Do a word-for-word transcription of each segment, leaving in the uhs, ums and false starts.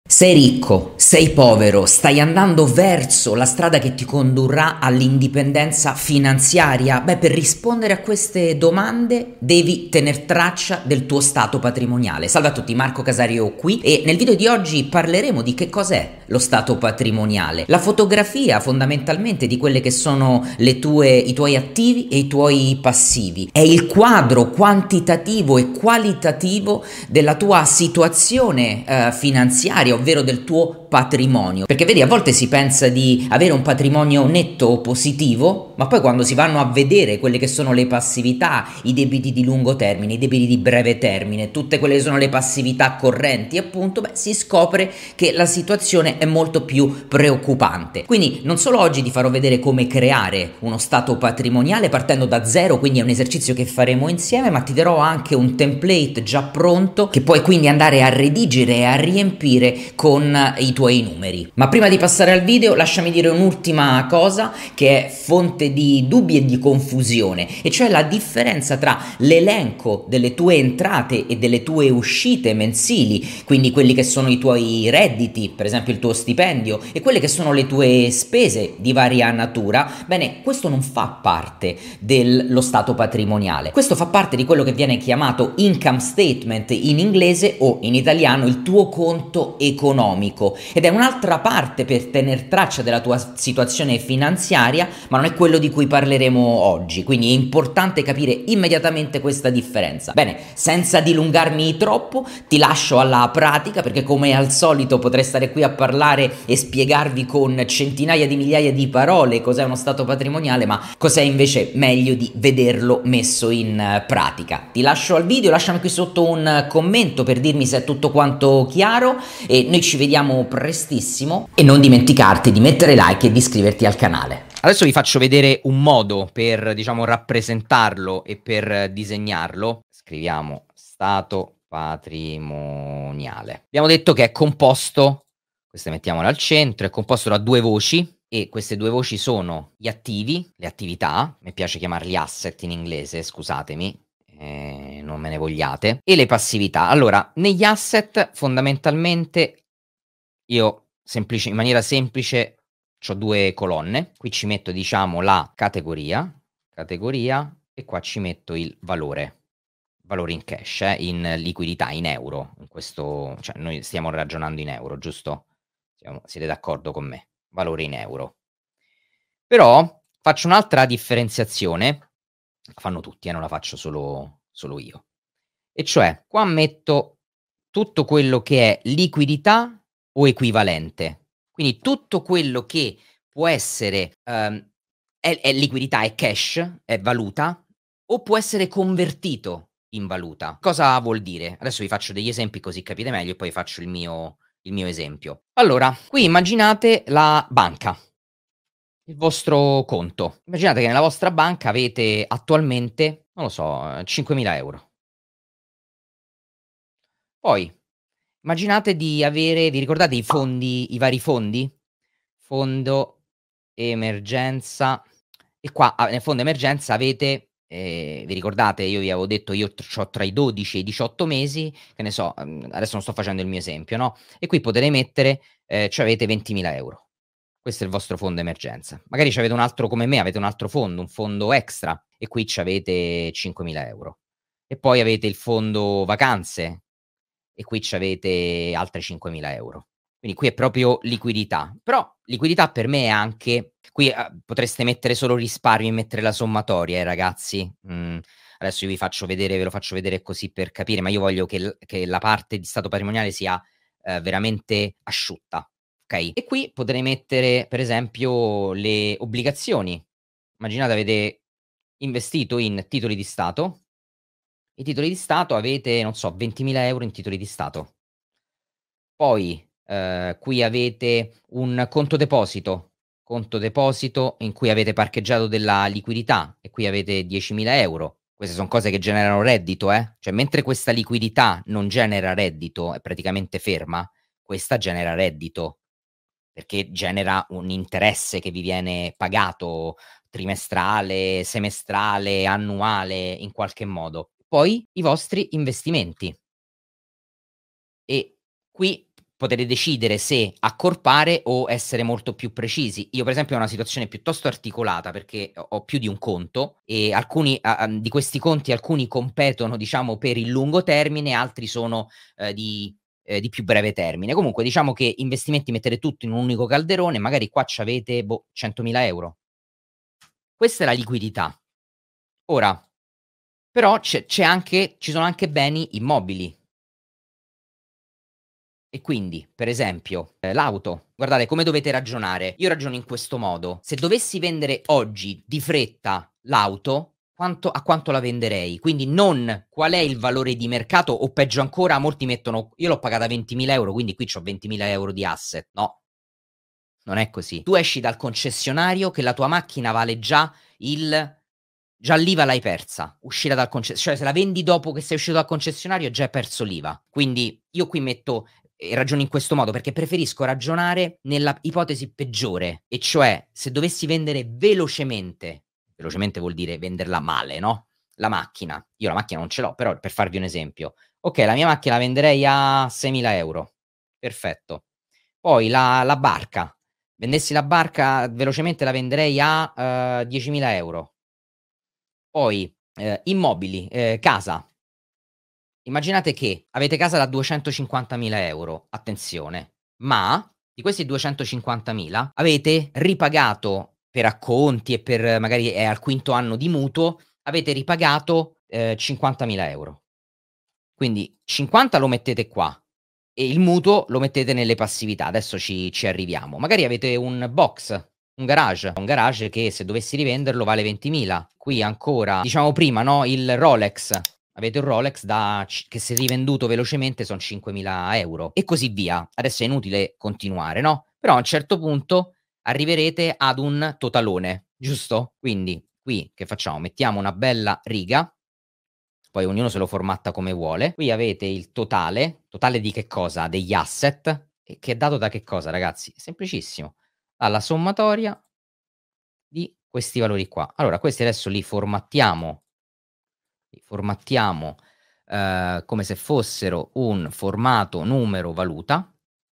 Sei ricco, sei povero, stai andando verso la strada che ti condurrà all'indipendenza finanziaria? Beh, per rispondere a queste domande devi tener traccia del tuo stato patrimoniale. Salve a tutti, Marco Casario qui e nel video di oggi parleremo di che cos'è lo stato patrimoniale, la fotografia fondamentalmente di quelle che sono le tue, i tuoi attivi e i tuoi passivi. È il quadro quantitativo e qualitativo della tua situazione eh, finanziaria, ovvero del tuo patrimonio. Perché vedi, a volte si pensa di avere un patrimonio netto o positivo, ma poi quando si vanno a vedere quelle che sono le passività, i debiti di lungo termine, i debiti di breve termine, tutte quelle che sono le passività correnti, appunto, beh, si scopre che la situazione è molto più preoccupante. Quindi non solo oggi ti farò vedere come creare uno stato patrimoniale partendo da zero, quindi è un esercizio che faremo insieme, ma ti darò anche un template già pronto che puoi quindi andare a redigere e a riempire con i tuoi numeri. Ma prima di passare al video lasciami dire un'ultima cosa che è fonte di dubbi e di confusione, e cioè la differenza tra l'elenco delle tue entrate e delle tue uscite mensili, quindi quelli che sono i tuoi redditi, per esempio il tuo stipendio, e quelle che sono le tue spese di varia natura. Bene, questo non fa parte dello stato patrimoniale, questo fa parte di quello che viene chiamato income statement in inglese, o in italiano il tuo conto economico, ed è un'altra parte per tener traccia della tua situazione finanziaria, ma non è quello di cui parleremo oggi, quindi è importante capire immediatamente questa differenza. Bene, senza dilungarmi troppo ti lascio alla pratica, perché come al solito potrei stare qui a parlare e spiegarvi con centinaia di migliaia di parole cos'è uno stato patrimoniale, ma cos'è invece meglio di vederlo messo in pratica. Ti lascio al video, lasciami qui sotto un commento per dirmi se è tutto quanto chiaro e noi ci vediamo prestissimo, e non dimenticarti di mettere like e di iscriverti al canale. Adesso vi faccio vedere un modo per, diciamo, rappresentarlo e per disegnarlo. Scriviamo stato patrimoniale. Abbiamo detto che è composto, queste mettiamole al centro, è composto da due voci, e queste due voci sono gli attivi, le attività, mi piace chiamarli asset in inglese, scusatemi, eh, non me ne vogliate, e le passività. Allora, negli asset fondamentalmente io semplice, in maniera semplice ho due colonne, qui ci metto, diciamo, la categoria, categoria, e qua ci metto il valore, valore in cash, eh, in liquidità, in euro, in questo, cioè noi stiamo ragionando in euro, giusto? Siamo, siete d'accordo con me? Valore in euro. Però faccio un'altra differenziazione, la fanno tutti, eh, non la faccio solo, solo io, e cioè qua metto tutto quello che è liquidità o equivalente, quindi tutto quello che può essere ehm, è, è liquidità, è cash, è valuta, o può essere convertito in valuta. Cosa vuol dire? Adesso vi faccio degli esempi così capite meglio e poi faccio il mio, il mio esempio. Allora, qui immaginate la banca, il vostro conto. Immaginate che nella vostra banca avete attualmente, non lo so, cinquemila euro. Poi immaginate di avere, vi ricordate i fondi, i vari fondi? Fondo emergenza, e qua a nel fondo emergenza avete, ehm, vi ricordate, io vi avevo detto, io t c'ho tra i dodici e i diciotto mesi, che ne so, mhmm, adesso non sto facendo il mio esempio, no, e qui potete mettere, ehm, c'avete ventimila euro. Questo è il vostro fondo emergenza. Magari c'avete un altro, come me, avete un altro fondo, un fondo extra, e qui c'avete cinquemila euro. E poi avete il fondo vacanze, e qui c'avete altre cinquemila euro. Quindi qui è proprio liquidità. Però liquidità per me è anche, qui, uhm, potreste mettere solo risparmi e mettere la sommatoria, eh, ragazzi. Mhmm, adesso io vi faccio vedere, ve lo faccio vedere così per capire, ma io voglio che l che la parte di stato patrimoniale sia, ehm, veramente asciutta, okay? E qui potrei mettere, per esempio, le obbligazioni. Immaginate avete investito in titoli di Stato. I titoli di Stato avete, non so, ventimila euro in titoli di Stato. Poi, ehm, qui avete un conto deposito, conto deposito in cui avete parcheggiato della liquidità, e qui avete diecimila euro. Queste son cose che generano reddito, eh, cioè mentre questa liquidità non genera reddito, è praticamente ferma, questa genera reddito, perché genera un interesse che vi viene pagato trimestrale, semestrale, annuale, in qualche modo. Poi i vostri investimenti. E qui potete decidere se accorpare o essere molto più precisi. Io per esempio ho una situazione piuttosto articolata perché ho ho più di un conto e alcuni a a di questi conti alcuni competono, diciamo, per il lungo termine, altri sono, ehm, di ehm, di più breve termine. Comunque diciamo che investimenti mettete tutto in un unico calderone, magari qua c'avete, boh, centomila euro. Questa è la liquidità. Ora, però c'è c'è anche ci sono anche beni immobili. E quindi, per esempio, ehm, l'auto. Guardate come dovete ragionare. Io ragiono in questo modo: se dovessi vendere oggi di fretta l'auto, quanto a quanto la venderei? Quindi non qual è il valore di mercato o peggio ancora molti mettono: "Io l'ho pagata ventimila euro, quindi qui c'ho ventimila euro di asset." No, non è così. Tu esci dal concessionario che la tua macchina vale già il già l'IVA l'hai persa, uscita dal conce cioè se la vendi dopo che sei uscito dal concessionario già hai perso l'IVA. Quindi io qui metto e ragiono in questo modo perché preferisco ragionare nella ipotesi peggiore, e cioè se dovessi vendere velocemente, velocemente vuol dire venderla male, no, la macchina. Io la macchina non ce l'ho, però per farvi un esempio. Okay, la mia macchina la venderei a seimila euro. Perfetto. Poi la la barca, vendessi la barca velocemente la venderei a, uhm, diecimila euro. Poi, ehm, immobili, ehm, casa. Immaginate che avete casa da duecentocinquantamila euro, attenzione, ma di questi duecentocinquantamila avete ripagato per acconti e per magari è al quinto anno di mutuo, avete ripagato, ehm, cinquantamila euro. Quindi cinquanta lo mettete qua e il mutuo lo mettete nelle passività. Adesso ci ci arriviamo. Magari avete un box, un garage, un garage che se dovessi rivenderlo vale ventimila. Qui ancora, diciamo prima, no, il Rolex. Avete un Rolex da c che se rivenduto velocemente son cinquemila euro e così via. Adesso è inutile continuare, no, però a un certo punto arriverete ad un totalone, giusto? Quindi qui che facciamo? Mettiamo una bella riga, poi ognuno se lo formatta come vuole. Qui avete il totale, totale di che cosa? Degli asset, e che è dato da che cosa ragazzi? Semplicissimo, dalla sommatoria di questi valori qua. Allora questi adesso li formattiamo li formattiamo, ehm, come se fossero un formato numero valuta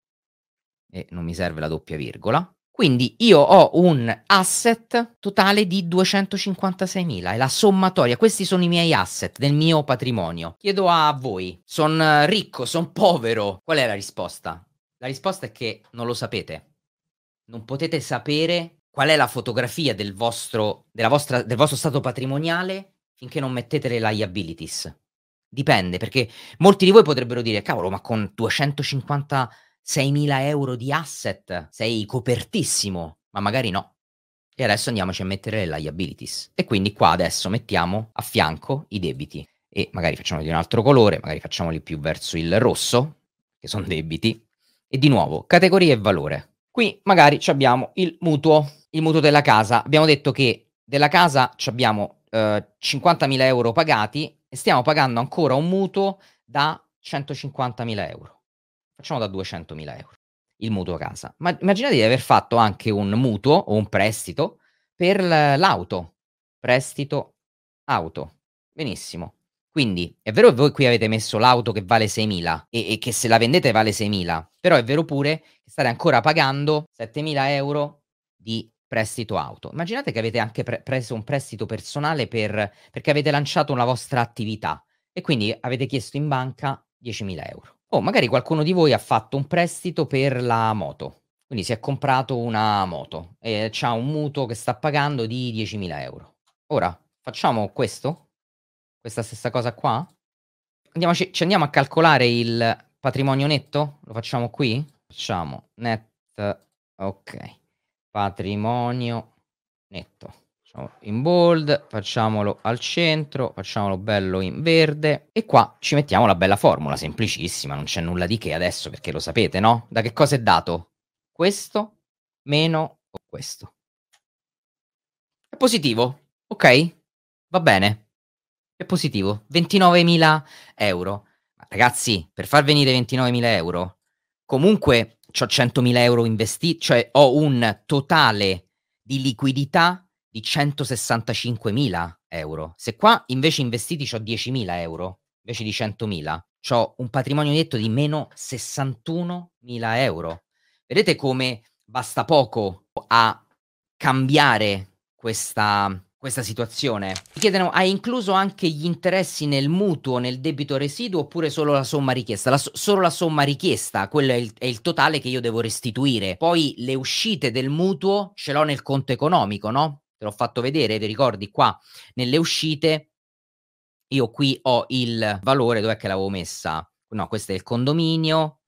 e non mi serve la doppia virgola. Quindi io ho un asset totale di duecentocinquantaseimila, è la sommatoria. Questi sono i miei asset del mio patrimonio. Chiedo a voi: son ricco, son povero? Qual è la risposta? La risposta è che non lo sapete. Non potete sapere qual è la fotografia del vostro della vostra del vostro stato patrimoniale finché non mettete le liabilities. Dipende, perché molti di voi potrebbero dire: "Cavolo, ma con duecentocinquantaseimila euro di asset sei copertissimo", ma magari no. E adesso andiamoci a mettere le liabilities. E quindi qua adesso mettiamo a fianco i debiti e magari facciamoli di un altro colore, magari facciamoli più verso il rosso, che son debiti, e di nuovo categoria e valore. Qui magari c'abbiamo il mutuo, il mutuo della casa. Abbiamo detto che della casa c'abbiamo, uhm, cinquantamila euro pagati e stiamo pagando ancora un mutuo da centocinquantamila euro. Facciamo da duecentomila euro il mutuo casa. Ma immaginate di aver fatto anche un mutuo o un prestito per l l'auto. Prestito auto. Benissimo. Quindi è vero che voi qui avete messo l'auto che vale seimila e e che se la vendete vale seimila, però è vero pure che state ancora pagando settemila euro di prestito auto. Immaginate che avete anche pre preso un prestito personale per perché avete lanciato una vostra attività e quindi avete chiesto in banca diecimila euro. O magari qualcuno di voi ha fatto un prestito per la moto, quindi si è comprato una moto e c'ha un mutuo che sta pagando di diecimila euro. Ora facciamo questo? Questa stessa cosa qua? Andiamoci ci andiamo a calcolare il patrimonio netto? Lo facciamo qui? Facciamo net okay, patrimonio netto. Facciamo in bold, facciamolo al centro, facciamolo bello in verde e qua ci mettiamo la bella formula, semplicissima, non c'è nulla di che adesso perché lo sapete, no, da che cosa è dato? Questo meno questo. È positivo, okay, va bene. È positivo, ventinovemila euro. Ma ragazzi, per far venire ventinovemila euro comunque c'ho centomila euro investi cioè ho un totale di liquidità di centosessantacinquemila euro. Se qua invece investiti c'ho diecimila euro invece di centomila, c'ho un patrimonio netto di meno sessantunomila euro. Vedete come basta poco a cambiare questa questa situazione? Mi chiedono: "Hai incluso anche gli interessi nel mutuo, nel debito residuo oppure solo la somma richiesta?" La so solo la somma richiesta, quello è il è il totale che io devo restituire. Poi le uscite del mutuo ce l'ho nel conto economico, no, te l'ho fatto vedere, ti ricordi qua nelle uscite io qui ho il valore, dov'è che l'avevo messa? No, questo è il condominio,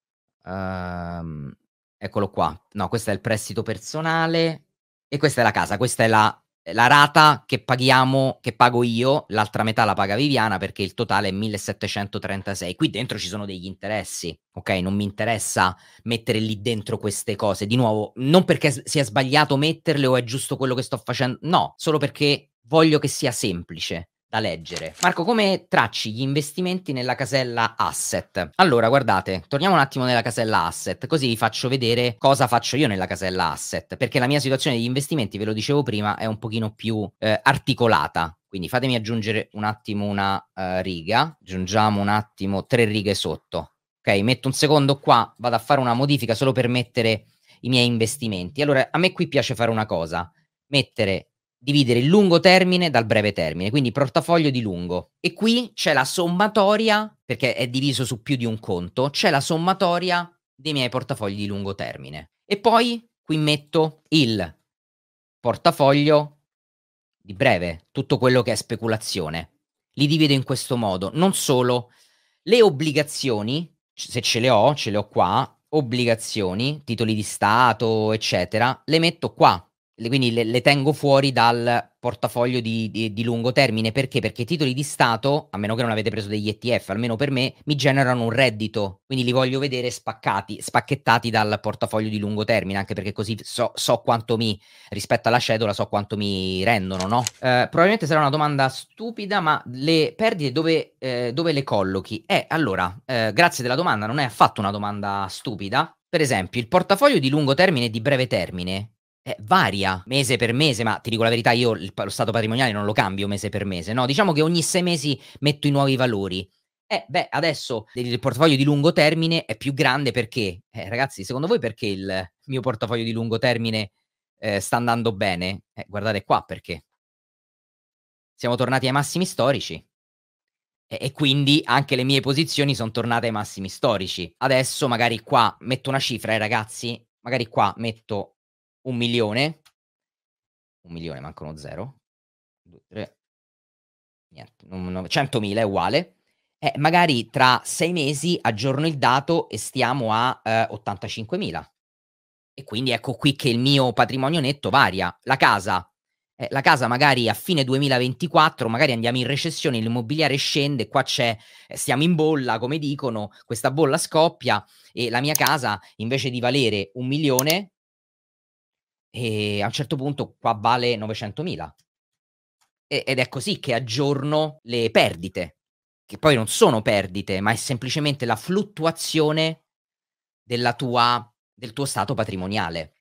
uhm, eccolo qua. No, questo è il prestito personale e questa è la casa. Questa è la la rata che paghiamo che pago io, l'altra metà la paga Viviana perché il totale è millesettecentotrentasei. Qui dentro ci sono degli interessi, okay, non mi interessa mettere lì dentro queste cose. Di nuovo, non perché s sia sbagliato metterle o è giusto quello che sto facen no, solo perché voglio che sia semplice da leggere. Marco, come tracci gli investimenti nella casella asset? Allora, guardate, torniamo un attimo nella casella asset, così vi faccio vedere cosa faccio io nella casella asset, perché la mia situazione degli investimenti, ve lo dicevo prima, è un pochino più eh, articolata. Quindi fatemi aggiungere un attimo una uh, riga, aggiungiamo un attimo tre righe sotto. Ok, metto un secondo qua, vado a fare una modifica solo per mettere i miei investimenti. Allora, a me qui piace fare una cosa, mettere dividere il lungo termine dal breve termine, quindi portafoglio di lungo. E qui c'è la sommatoria, perché è diviso su più di un conto, c'è la sommatoria dei miei portafogli di lungo termine. E poi qui metto il portafoglio di breve, tutto quello che è speculazione. Li divido in questo modo. Non solo, le obbligazioni, se ce le ho, ce le ho qua, obbligazioni, titoli di Stato, eccetera, le metto qua. Le quindi le le tengo fuori dal portafoglio di di di lungo termine. Perché? Perché i titoli di Stato, a meno che non avete preso degli E T F, almeno per me, mi generano un reddito, quindi li voglio vedere spaccati spacchettati dal portafoglio di lungo termine, anche perché così so so quanto mi rispetto alla cedola, so quanto mi rendono, no, ehm, probabilmente sarà una domanda stupida, ma le perdite dove ehm, dove le collochi? Eh, allora, ehm, grazie della domanda, non è affatto una domanda stupida. Per esempio, il portafoglio di lungo termine e di breve termine eh, varia mese per mese, ma ti dico la verità, io il pa lo stato patrimoniale non lo cambio mese per mese, no, diciamo che ogni sei mesi metto i nuovi valori. Eh, beh, adesso il portafoglio di lungo termine è più grande perché? Eh, ragazzi, secondo voi perché il mio portafoglio di lungo termine, ehm, sta andando bene? Eh, guardate qua perché. Siamo tornati ai massimi storici e e quindi anche le mie posizioni son tornate ai massimi storici. Adesso magari qua metto una cifra, eh, ragazzi, magari qua metto un milione, un milione manca uno zero, due, tre, niente, non non centomila è uguale. Eh, magari tra sei mesi aggiorno il dato e stiamo a, ehm, ottantacinquemila. E quindi ecco qui che il mio patrimonio netto varia. La casa eh, la casa magari a fine duemilaventiquattro, magari andiamo in recessione, l'immobiliare scende, qua c'è ehm, stiamo in bolla come dicono, questa bolla scoppia e la mia casa invece di valere un milione, ehm, a un certo punto qua vale novecentomila. E ed è così che aggiorno le perdite, che poi non sono perdite, ma è semplicemente la fluttuazione della tua del tuo stato patrimoniale.